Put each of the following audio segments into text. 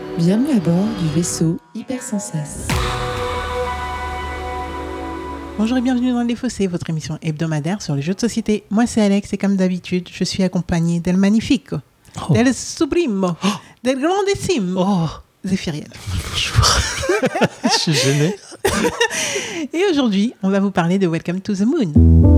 Bienvenue à bord du vaisseau Hypersensas. Bonjour et bienvenue dans Les Fossés, votre émission hebdomadaire sur les jeux de société. Moi c'est Alex et comme d'habitude, je suis accompagné del magnifico, del sublimo, del grandissimo, Zéphiriel. Bonjour. Je suis gêné. Et aujourd'hui, on va vous parler de Welcome to the Moon.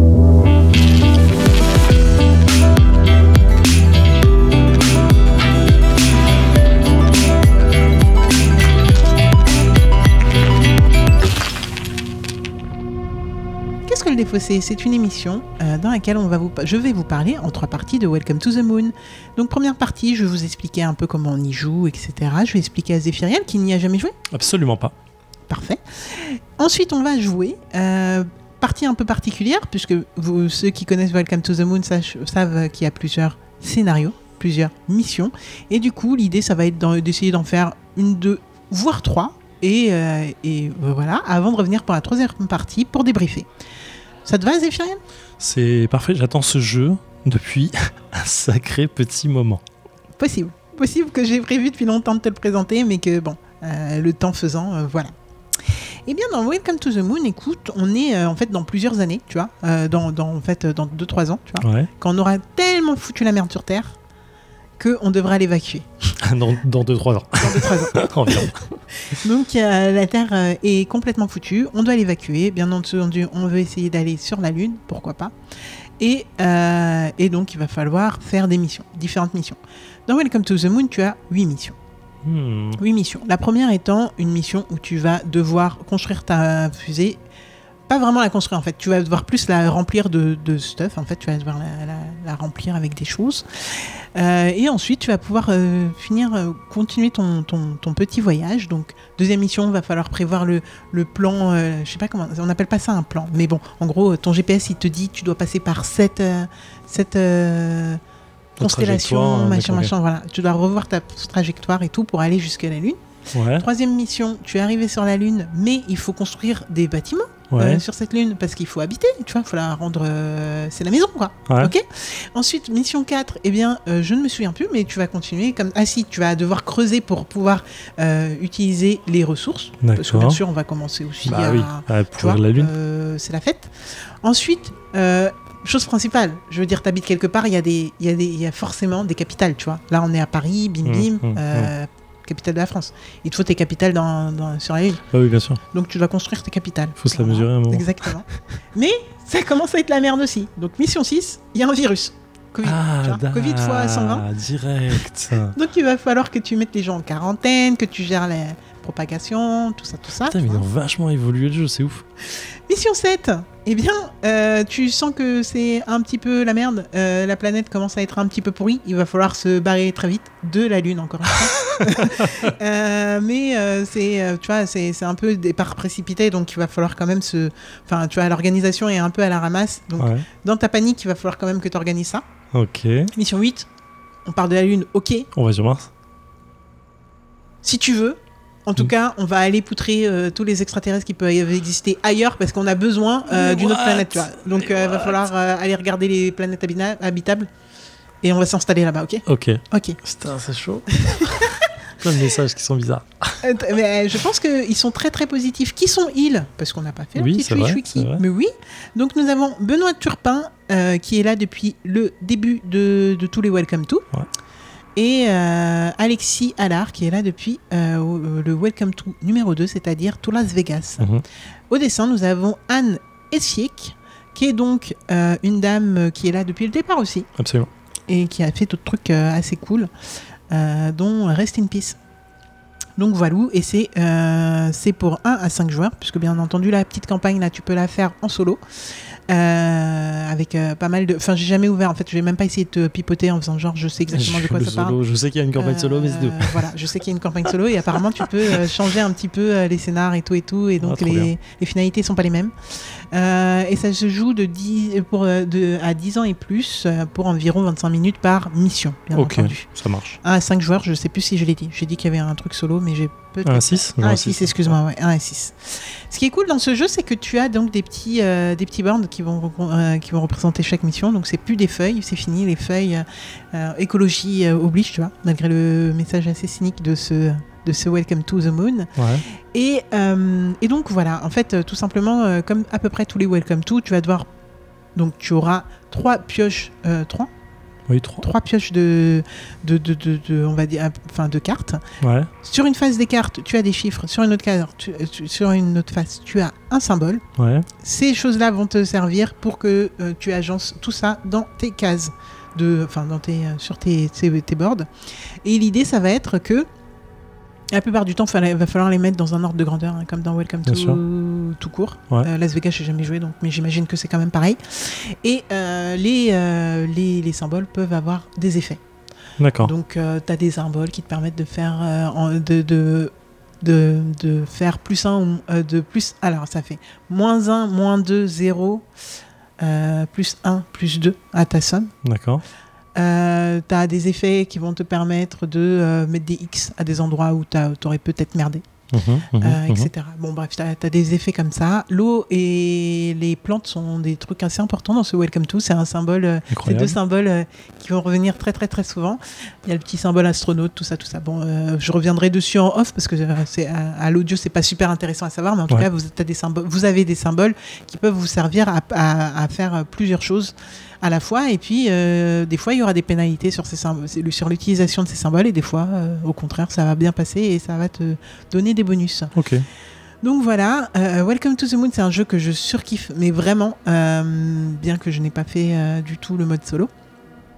Qu'est-ce que le Défaussé ? C'est une émission dans laquelle je vais vous parler en 3 parties de Welcome to the Moon. Donc première partie, je vais vous expliquer un peu comment on y joue, etc. Je vais expliquer à Zéphiriel qui n'y a jamais joué. Absolument pas. Parfait. Ensuite, on va jouer. Partie un peu particulière, puisque ceux qui connaissent Welcome to the Moon savent qu'il y a plusieurs scénarios, plusieurs missions. Et du coup, l'idée, ça va être d'essayer d'en faire 1, 2, voire 3. Et voilà, avant de revenir pour la 3e partie pour débriefer. Ça te va, Zéphiriel ? C'est parfait, j'attends ce jeu depuis un sacré petit moment. Possible que j'ai prévu depuis longtemps de te le présenter, mais que bon, le temps faisant, voilà. Eh bien, dans Welcome to the Moon, écoute, on est en fait dans plusieurs années, tu vois, dans 2-3 ans, tu vois, Ouais. quand on aura tellement foutu la merde sur Terre qu'on devra l'évacuer. Dans 2-3 ans. Dans 2-3 ans. Environ. Donc la Terre est complètement foutue, on doit l'évacuer, bien entendu on veut essayer d'aller sur la Lune, pourquoi pas, et donc il va falloir faire des missions, différentes missions. Dans Welcome to the Moon, tu as 8 missions. 8 missions. La première étant une mission où tu vas devoir construire ta fusée, pas vraiment la construire en fait, tu vas devoir plus la remplir de stuff, en fait tu vas devoir la remplir avec des choses. Et ensuite tu vas pouvoir continuer ton petit voyage. Donc deuxième mission, il va falloir prévoir le plan, je sais pas comment, on n'appelle pas ça un plan, mais bon, en gros ton GPS il te dit tu dois passer par cette constellation, machin, voilà. Tu dois revoir ta trajectoire et tout pour aller jusqu'à la Lune. Ouais. Troisième mission, tu es arrivé sur la Lune, mais il faut construire des bâtiments sur cette Lune parce qu'il faut habiter, tu vois, il faut la rendre... c'est la maison, quoi. Ouais. Ok. Ensuite, mission 4, eh bien, je ne me souviens plus, mais tu vas continuer comme... Ah si, tu vas devoir creuser pour pouvoir utiliser les ressources. D'accord. Parce que bien sûr, on va commencer aussi à pourrir la Lune. c'est la fête. Ensuite... chose principale, je veux dire, t'habites quelque part, il y a forcément des capitales, tu vois. Là, on est à Paris, bim, capitale de la France. Il te faut tes capitales sur la Lune. Ah oui, bien sûr. Donc, tu dois construire tes capitales. Il faut se la mesurer un moment. Exactement. Mais ça commence à être la merde aussi. Donc, mission 6, il y a un virus. Covid. Covid x 120. Direct. Donc, il va falloir que tu mettes les gens en quarantaine, que tu gères la propagation, tout ça. Putain, mais ils ont vachement évolué le jeu, c'est ouf. Mission 7, eh bien, tu sens que c'est un petit peu la merde. La planète commence à être un petit peu pourrie. Il va falloir se barrer très vite de la Lune, encore une fois. Mais tu vois, c'est un peu départ précipité, donc il va falloir quand même Enfin, tu vois, l'organisation est un peu à la ramasse. Donc, dans ta panique, il va falloir quand même que tu organises ça. Ok. Mission 8, on part de la Lune, ok. On va sur Mars. Si tu veux. En tout cas, on va aller poutrer tous les extraterrestres qui peuvent exister ailleurs parce qu'on a besoin d'une autre planète. Tu vois. Donc, il va falloir aller regarder les planètes habitables et on va s'installer là-bas, ok ? Ok. Ok. Putain, c'est chaud. Plein de messages qui sont bizarres. Mais je pense qu'ils sont très très positifs. Qui sont-ils ? Parce qu'on n'a pas fait le petit chouichoui. Mais oui. Donc, nous avons Benoît Turpin qui est là depuis le début de tous les Welcome to. Ouais. Et Alexis Allard qui est là depuis le Welcome to numéro 2, c'est-à-dire to Las Vegas. Au dessin, nous avons Anne Essiek, qui est donc une dame qui est là depuis le départ aussi. Absolument. Et qui a fait d'autres trucs assez cool, dont Rest in Peace. Donc voilà, et c'est pour 1 à 5 joueurs, puisque bien entendu la petite campagne là tu peux la faire en solo. Avec pas mal de... Enfin, j'ai jamais ouvert, en fait, je vais même pas essayer de te pipoter en faisant genre, je sais exactement de quoi ça parle. Je sais qu'il y a une campagne solo, mais c'est tout. Voilà, je sais qu'il y a une campagne solo et apparemment tu peux changer un petit peu les scénars et tout, et donc les finalités sont pas les mêmes. Et ça se joue à 10 ans et plus pour environ 25 minutes par mission, bien entendu. Ça marche. 1 à 5 joueurs, je sais plus si je l'ai dit. J'ai dit qu'il y avait un truc solo, mais j'ai peut-être... 1 à 6 1 à 6, excuse-moi, ouais, 1 à 6. Ce qui est cool dans ce jeu, c'est que tu as donc des petits boards qui vont représenter chaque mission. Donc c'est plus des feuilles, c'est fini, les feuilles écologie oblige, tu vois, malgré le message assez cynique de ce de ce Welcome to the Moon. Ouais. Et donc voilà, en fait, tout simplement, comme à peu près tous les Welcome to, tu vas devoir... Donc tu auras 3 pioches... 3 Oui, 3. 3 pioches de on va dire, enfin, de cartes. Ouais. Sur une face des cartes, tu as des chiffres. Sur une autre carte, sur une autre face, tu as un symbole. Ouais. Ces choses-là vont te servir pour que tu agences tout ça dans tes cases, sur tes boards. Et l'idée, ça va être que la plupart du temps, il va falloir les mettre dans un ordre de grandeur, hein, comme dans Welcome Bien to sûr. tout court. Ouais. Las Vegas, j'ai jamais joué, mais j'imagine que c'est quand même pareil. Et les symboles peuvent avoir des effets. D'accord. Donc, tu as des symboles qui te permettent de faire de faire plus 1 ou de plus. Alors, ça fait -1, -2, 0, plus 1, plus 2 à ta somme. D'accord. Tu as des effets qui vont te permettre de mettre des X à des endroits où tu aurais peut-être merdé. Etc. Bon, bref, t'as des effets comme ça. L'eau et les plantes sont des trucs assez importants dans ce Welcome to. C'est un symbole, c'est 2 symboles qui vont revenir très très très souvent. Il y a le petit symbole astronaute, tout ça. Bon, je reviendrai dessus en off parce que à l'audio c'est pas super intéressant à savoir, mais en tout cas vous avez des symboles qui peuvent vous servir à faire plusieurs choses à la fois, et puis des fois il y aura des pénalités sur sur l'utilisation de ces symboles, et des fois au contraire ça va bien passer et ça va te donner des bonus. Ok. Donc voilà, Welcome to the Moon, c'est un jeu que je surkiffe, mais vraiment, bien que je n'ai pas fait du tout le mode solo. Pourquoi ?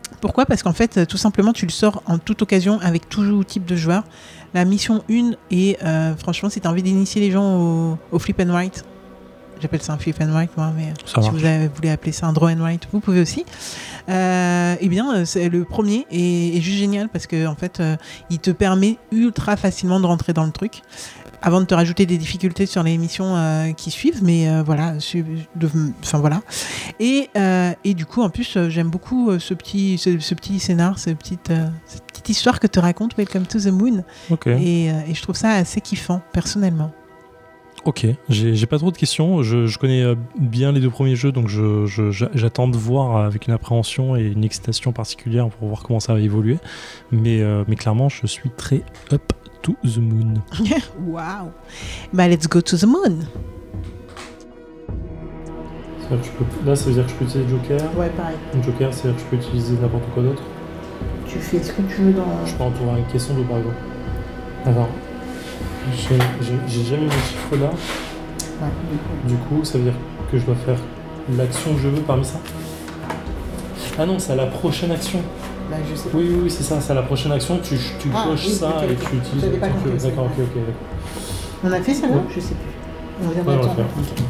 Parce qu'en fait, tout simplement, tu le sors en toute occasion avec tout type de joueurs. La mission 1 est, franchement, si tu as envie d'initier les gens au flip and write, j'appelle ça un flip and write, moi, mais Ça si marche. vous voulez appeler ça un draw and write, vous pouvez aussi. Eh bien, c'est le premier est juste génial parce que en fait, il te permet ultra facilement de rentrer dans le truc, avant de te rajouter des difficultés sur les missions qui suivent. Mais voilà, enfin voilà. Et du coup, en plus, j'aime beaucoup ce petit scénar, cette petite histoire que te raconte Welcome to the Moon. Ok. Et je trouve ça assez kiffant, personnellement. Ok, j'ai pas trop de questions. Je connais bien les 2 premiers jeux, donc j'attends de voir avec une appréhension et une excitation particulière pour voir comment ça va évoluer. Mais clairement, je suis très up to the moon. Waouh. Bah, let's go to the moon. Là, ça veut dire que je peux utiliser Joker. Ouais, pareil. Joker, c'est-à-dire que je peux utiliser n'importe quoi d'autre. Tu fais ce que tu veux dans... Je peux entourer une question d'eau, par exemple. Alors, j'ai jamais mis ce chiffre là. Ouais, Du coup, ça veut dire que je dois faire l'action que je veux parmi ça. Ah non, c'est à la prochaine action. Bah, je sais pas. Oui, c'est ça, c'est à la prochaine action. Tu coches oui, ça ok, et ok. tu utilises. J'avais pas compris, c'est D'accord, vrai. ok. On a fait ça là Ouais. Je sais plus. On vient Ouais, on d'attendre. l'a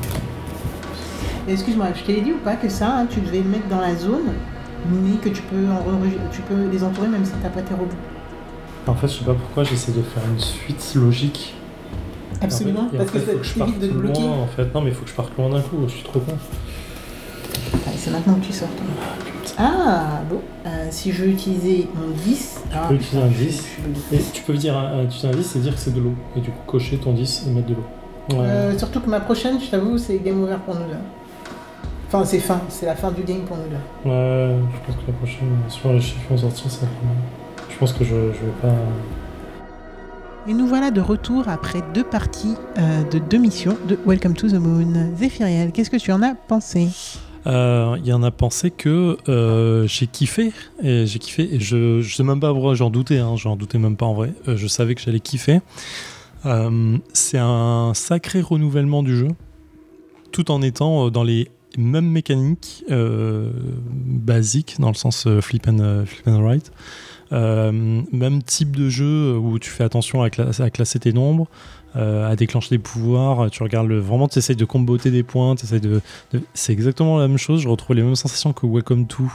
Et excuse-moi, je t'ai dit ou pas que ça, hein, tu devais le mettre dans la zone, mais que tu peux les entourer même si t'as pas tes robots. En fait, je sais pas pourquoi j'essaie de faire une suite logique. Absolument, Et en parce fait, que faut que je ça parte évite de te bloquer. loin, en fait. Non, mais il faut que je parte loin d'un coup, je suis trop con. Allez, c'est maintenant que tu sors. Toi. Ah, bon. Si je veux utiliser mon 10... Tu peux utiliser un 10. Et tu peux dire utiliser un 10, c'est dire que c'est de l'eau. Et du coup, cocher ton 10 et mettre de l'eau. Ouais. Surtout que ma prochaine, je t'avoue, c'est game over pour nous deux. Enfin, c'est la fin du game pour nous deux. Ouais, je pense que la prochaine, sur les chiffres qui vont sortir, ça va être pas mal. Je pense que je vais pas... Et nous voilà de retour après 2 parties de 2 missions de Welcome to the Moon. Zéphiriel, qu'est-ce que tu en as pensé ? Il y en a pensé que j'ai kiffé et je sais même pas pourquoi j'en doutais, hein, j'en doutais même pas en vrai. Je savais que j'allais kiffer. C'est un sacré renouvellement du jeu, tout en étant dans les mêmes mécaniques basiques, dans le sens flip and write. Même type de jeu où tu fais attention à classer tes nombres, à déclencher des pouvoirs, tu regardes vraiment, tu essayes de comboter des points, c'est exactement la même chose. Je retrouve les mêmes sensations que Welcome to,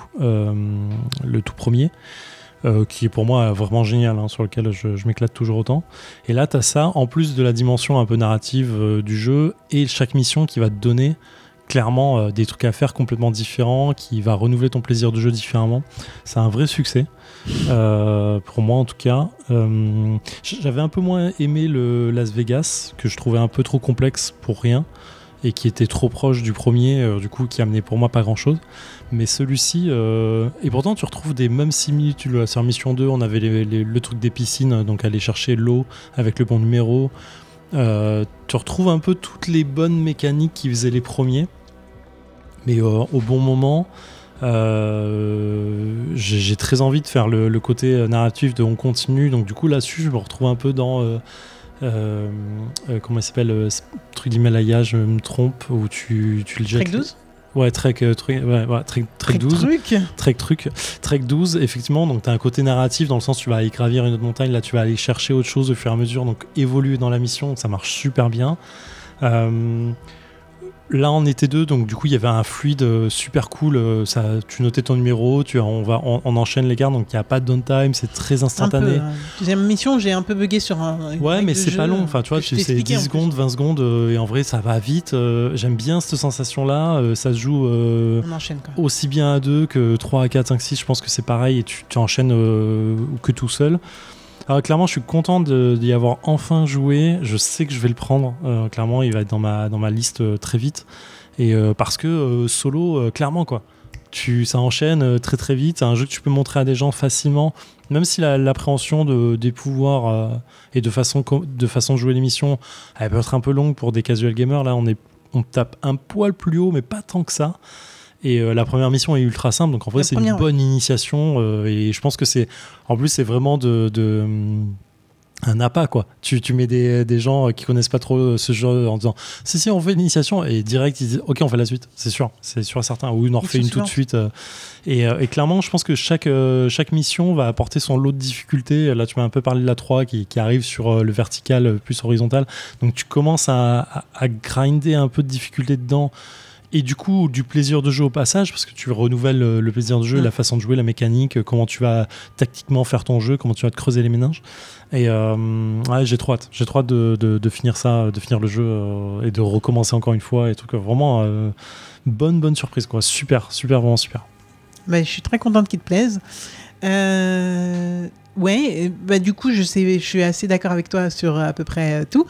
le tout premier, qui est pour moi vraiment génial, hein, sur lequel je m'éclate toujours autant. Et là, tu as ça, en plus de la dimension un peu narrative du jeu, et chaque mission qui va te donner clairement des trucs à faire complètement différents, qui va renouveler ton plaisir de jeu différemment. C'est un vrai succès. Pour moi en tout cas. J'avais un peu moins aimé le Las Vegas, que je trouvais un peu trop complexe pour rien, et qui était trop proche du premier, du coup qui amenait pour moi pas grand chose. Mais celui-ci, et pourtant tu retrouves des mêmes similitudes. Là, sur Mission 2, on avait le truc des piscines, donc aller chercher l'eau avec le bon numéro. Tu retrouves un peu toutes les bonnes mécaniques qui faisaient les premiers, mais au bon moment. J'ai très envie de faire le côté narratif de on continue, donc du coup là-dessus je me retrouve un peu dans comment il s'appelle ce truc d'Himalaya, je me trompe, où tu le jettes. Trek 12 Ouais, Trek 12. Trek 12, effectivement, donc tu as un côté narratif dans le sens où tu vas aller gravir une autre montagne, là tu vas aller chercher autre chose au fur et à mesure, donc évoluer dans la mission, donc ça marche super bien. Là on était deux, donc du coup il y avait un fluide super cool, tu notais ton numéro, on enchaîne les gardes, donc il n'y a pas de downtime, c'est très instantané. Deuxième mission, j'ai un peu bugué sur un... Ouais, mais c'est pas long, enfin tu vois, c'est 10 secondes, 20 secondes, et en vrai ça va vite, j'aime bien cette sensation-là, ça se joue on enchaîne, quoi. Aussi bien à deux que 3 à 4, 5, 6, je pense que c'est pareil, et tu enchaînes que tout seul. Alors clairement, je suis content d'y avoir enfin joué. Je sais que je vais le prendre. Clairement, il va être dans ma liste très vite. Et parce que solo, clairement quoi. Ça enchaîne très très vite. C'est un jeu que tu peux montrer à des gens facilement, même si l'appréhension des pouvoirs et de façon de jouer l'émission, elle peut être un peu longue pour des casual gamers. Là, on tape un poil plus haut, mais pas tant que ça. Et la première mission est ultra simple, donc en vrai c'est une bonne initiation, et je pense que c'est vraiment un appât quoi. Tu mets des gens qui connaissent pas trop ce jeu en disant si on fait une initiation, et direct ils disent ok on fait la suite, c'est sûr et certain, ou on en refait une tout de suite, et clairement je pense que chaque mission va apporter son lot de difficultés. Là tu m'as un peu parlé de la 3 qui arrive sur le vertical plus horizontal, donc tu commences à grinder un peu de difficulté dedans. Et du coup, du plaisir de jeu au passage, parce que tu renouvelles le plaisir de jeu, la façon de jouer, la mécanique, comment tu vas tactiquement faire ton jeu, comment tu vas te creuser les méninges. Et ouais, j'ai trop hâte. J'ai trop hâte de finir ça, de finir le jeu et de recommencer encore une fois. Et tout, vraiment, bonne surprise, quoi. Super, vraiment super. Bah, je suis très contente qu'il te plaise. Ouais, bah du coup, je suis assez d'accord avec toi sur à peu près tout.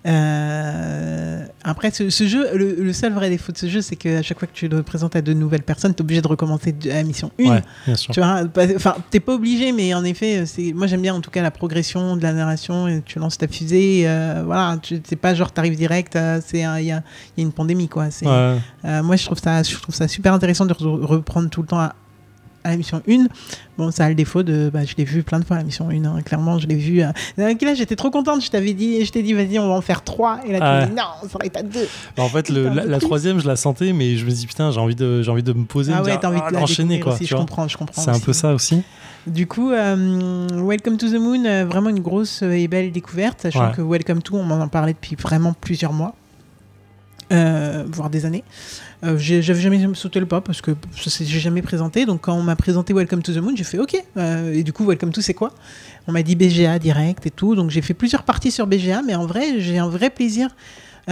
Après, ce jeu, le seul vrai défaut de ce jeu, c'est qu'à chaque fois que tu le présentes à de nouvelles personnes, t'es obligé de recommencer à la mission 1. Ouais, bien sûr. Tu vois, enfin, t'es pas obligé, mais en effet, moi j'aime bien en tout cas la progression de la narration. Et tu lances ta fusée, voilà, c'est pas genre t'arrives direct, il y a une pandémie, quoi. Moi, je trouve ça super intéressant de reprendre tout le temps à la mission 1. Bon, ça a le défaut de... je l'ai vu plein de fois, la mission 1. Hein. Clairement, je l'ai vu... Là, j'étais trop contente. Je t'ai dit, vas-y, on va en faire 3. Et là, tu m'as dit, non, ça va être à 2. En fait, la troisième, je la sentais, mais je me dis, putain, j'ai envie de me poser, d'enchaîner, quoi. Aussi, je comprends. C'est un peu ça aussi. Du coup, Welcome to the Moon, vraiment une grosse et belle découverte, sachant que Welcome to, on en parlait depuis vraiment plusieurs mois. Voire des années. J'avais jamais sauté le pas parce que j'ai jamais présenté, donc quand on m'a présenté Welcome to the Moon, j'ai fait ok, et du coup Welcome to c'est quoi? On m'a dit BGA direct et tout, donc j'ai fait plusieurs parties sur BGA, mais en vrai j'ai un vrai plaisir au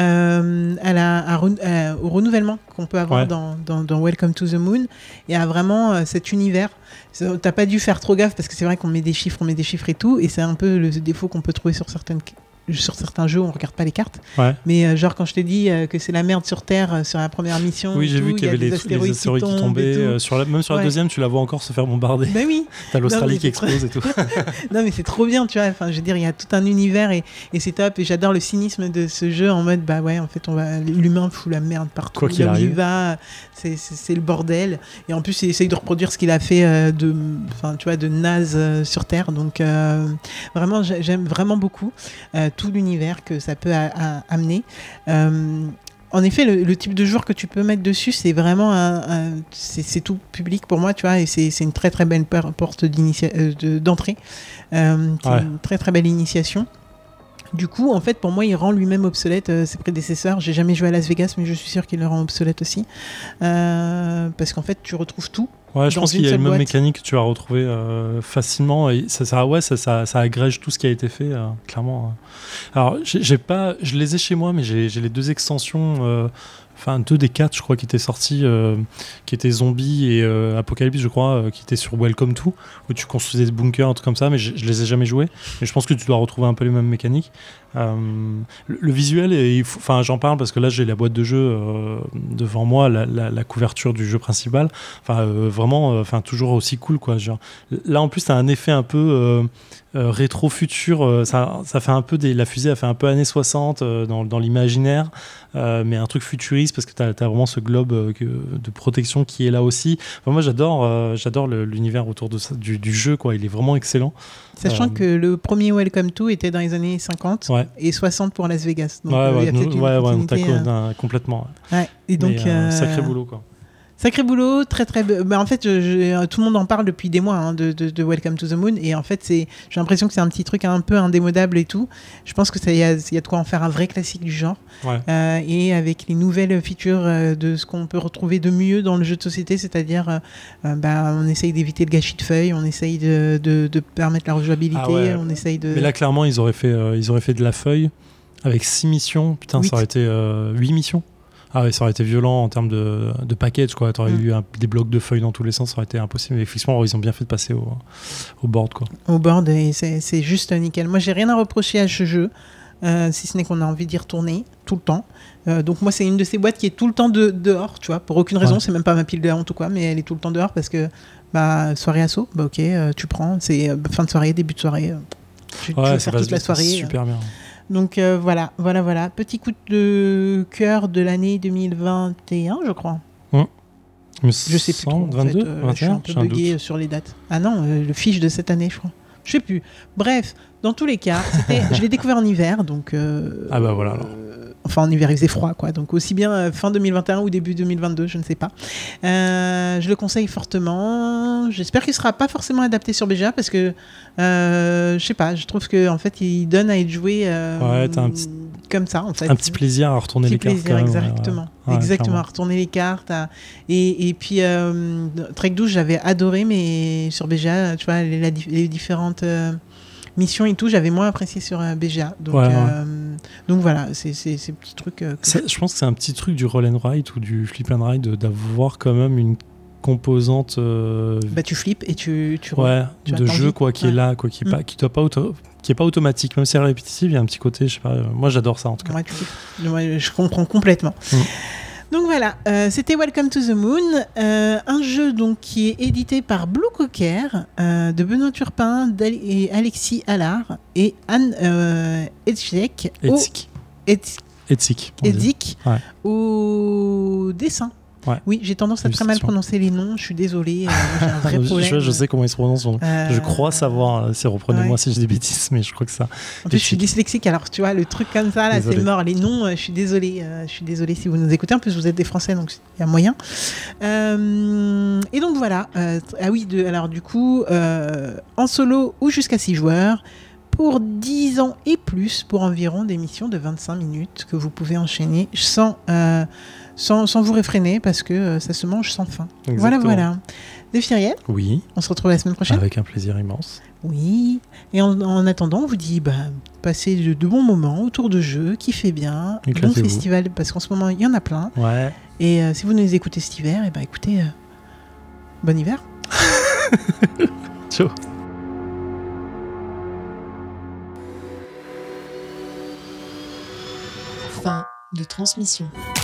renouvellement qu'on peut avoir dans Welcome to the Moon, et à vraiment cet univers. T'as pas dû faire trop gaffe parce que c'est vrai qu'on met des chiffres et tout, et c'est un peu le défaut qu'on peut trouver sur certains jeux, on regarde pas les cartes. Mais genre quand je t'ai dit que c'est la merde sur Terre sur la première mission, oui, j'ai vu qu'il y avait les astéroïdes qui tombaient. Même sur la deuxième, tu la vois encore se faire bombarder. Ben oui. T'as l'Australie qui explose et tout. Non mais c'est trop bien, tu vois. Enfin, je veux dire, il y a tout un univers et c'est top. Et j'adore le cynisme de ce jeu en mode en fait, l'humain fout la merde partout. Quoi qu'il arrive. Là où il va, c'est le bordel. Et en plus, il essaye de reproduire ce qu'il a fait de naze sur Terre. Donc vraiment, j'aime vraiment beaucoup. Tout l'univers que ça peut amener. En effet, le type de joueur que tu peux mettre dessus, c'est vraiment c'est tout public pour moi, tu vois, et c'est une très très belle porte d'entrée, une très très belle initiation. Du coup, en fait, pour moi, il rend lui-même obsolète ses prédécesseurs. J'ai jamais joué à Las Vegas, mais je suis sûr qu'il le rend obsolète aussi, parce qu'en fait, tu retrouves tout. Ouais, je pense qu'il y a une même mécanique que tu vas retrouver facilement, et ça agrège tout ce qui a été fait, clairement. Alors, je les ai chez moi, mais j'ai les 2 extensions enfin 2 des 4 je crois qui étaient sortis, qui étaient Zombies et Apocalypse je crois, qui étaient sur Welcome to, où tu construisais des bunkers, un truc comme ça, mais je les ai jamais joués. Et je pense que tu dois retrouver un peu les mêmes mécaniques. Le visuel, enfin j'en parle parce que là j'ai la boîte de jeu devant moi, la couverture du jeu principal. Enfin vraiment, enfin toujours aussi cool quoi. Genre, là en plus t'as un effet un peu rétro-futur, ça fait un peu la fusée a fait un peu années 60 dans l'imaginaire, mais un truc futuriste parce que t'as vraiment ce globe de protection qui est là aussi. Enfin, moi j'adore l'univers autour de ça, du jeu quoi. Il est vraiment excellent. Sachant que le premier Welcome to était dans les années 50 et 60 pour Las Vegas. Donc il y a peut-être une continuité, complètement. Ouais. Et donc, sacré boulot quoi. Sacré boulot, très très. En fait, tout le monde en parle depuis des mois de Welcome to the Moon, et en fait, j'ai l'impression que c'est un petit truc un peu indémodable et tout. Je pense que y a de quoi en faire un vrai classique du genre. Ouais. Et avec les nouvelles features de ce qu'on peut retrouver de mieux dans le jeu de société, c'est-à-dire, on essaye d'éviter le gâchis de feuilles, on essaye de permettre la rejouabilité, on essaye de. Mais là, clairement, ils auraient fait de la feuille avec 6 missions. Putain, 8. Ça aurait été 8 missions. Ah ouais, ça aurait été violent en termes de package, quoi. T'aurais eu des blocs de feuilles dans tous les sens, ça aurait été impossible. Mais effectivement, ils ont bien fait de passer au board, quoi. Au board, et c'est juste nickel. Moi, j'ai rien à reprocher à ce jeu, si ce n'est qu'on a envie d'y retourner tout le temps. Donc moi, c'est une de ces boîtes qui est tout le temps dehors, tu vois, pour aucune raison. Ouais. C'est même pas ma pile de honte ou quoi, mais elle est tout le temps dehors parce que soirée asso, ok, tu prends, c'est fin de soirée, début de soirée, tu vas faire toute la soirée. Super bien. Donc voilà. Petit coup de cœur de l'année 2021, je crois. Je sais plus trop. 22, en fait. 21, je suis un peu bugué sur les dates. Ah non, le fiche de cette année, je crois. Je sais plus. Bref, dans tous les cas, je l'ai découvert en hiver, donc. Ah bah voilà alors. Enfin, en hiver, il faisait froid, quoi. Donc aussi bien fin 2021 ou début 2022, je ne sais pas. Je le conseille fortement. J'espère qu'il ne sera pas forcément adapté sur BGA parce que, je sais pas, je trouve qu'en fait, il donne à être joué comme ça, en fait. Un petit plaisir à retourner les cartes. Exactement. Exactement, à retourner les cartes. Et puis, Trek 12, j'avais adoré, mais sur BGA, tu vois, les différentes... mission et tout, j'avais moins apprécié sur BGA. Donc voilà, c'est petits trucs. Je pense que c'est un petit truc du roll and write ou du flip and write d'avoir quand même une composante. Tu flippes et tu de jeu quoi, qui est là, quoi, qui est pas automatique, même si c'est répétitif, il y a un petit côté, je sais pas. Moi, j'adore ça en tout cas. Je comprends complètement. Donc voilà, c'était Welcome to the Moon, un jeu donc qui est édité par Blue Cocker, de Benoît Turpin et Alexis Allard et Anne Edzik au dessin. Ouais. Oui, j'ai tendance à très mal prononcer les noms, je suis désolée, j'ai un vrai problème. Je sais comment ils se prononcent. Je crois savoir, reprenez-moi si j'ai des bêtises, mais je crois que ça... En plus, je suis dyslexique, alors tu vois, le truc comme ça, là, c'est mort. Les noms, je suis désolée si vous nous écoutez. En plus, vous êtes des Français, donc il y a moyen. Et donc voilà, alors du coup, en solo ou jusqu'à 6 joueurs, pour 10 ans et plus, pour environ des missions de 25 minutes que vous pouvez enchaîner sans vous réfréner parce que ça se mange sans fin. Exactement. Voilà. Zéphiriel ? Oui. On se retrouve la semaine prochaine ? Avec un plaisir immense. Oui. Et en attendant, on vous dit passez de bons moments autour de jeux, kiffez bien, bon festival, parce qu'en ce moment, il y en a plein. Ouais. Et si vous nous écoutez cet hiver, écoutez, bon hiver. Ciao. Fin de transmission.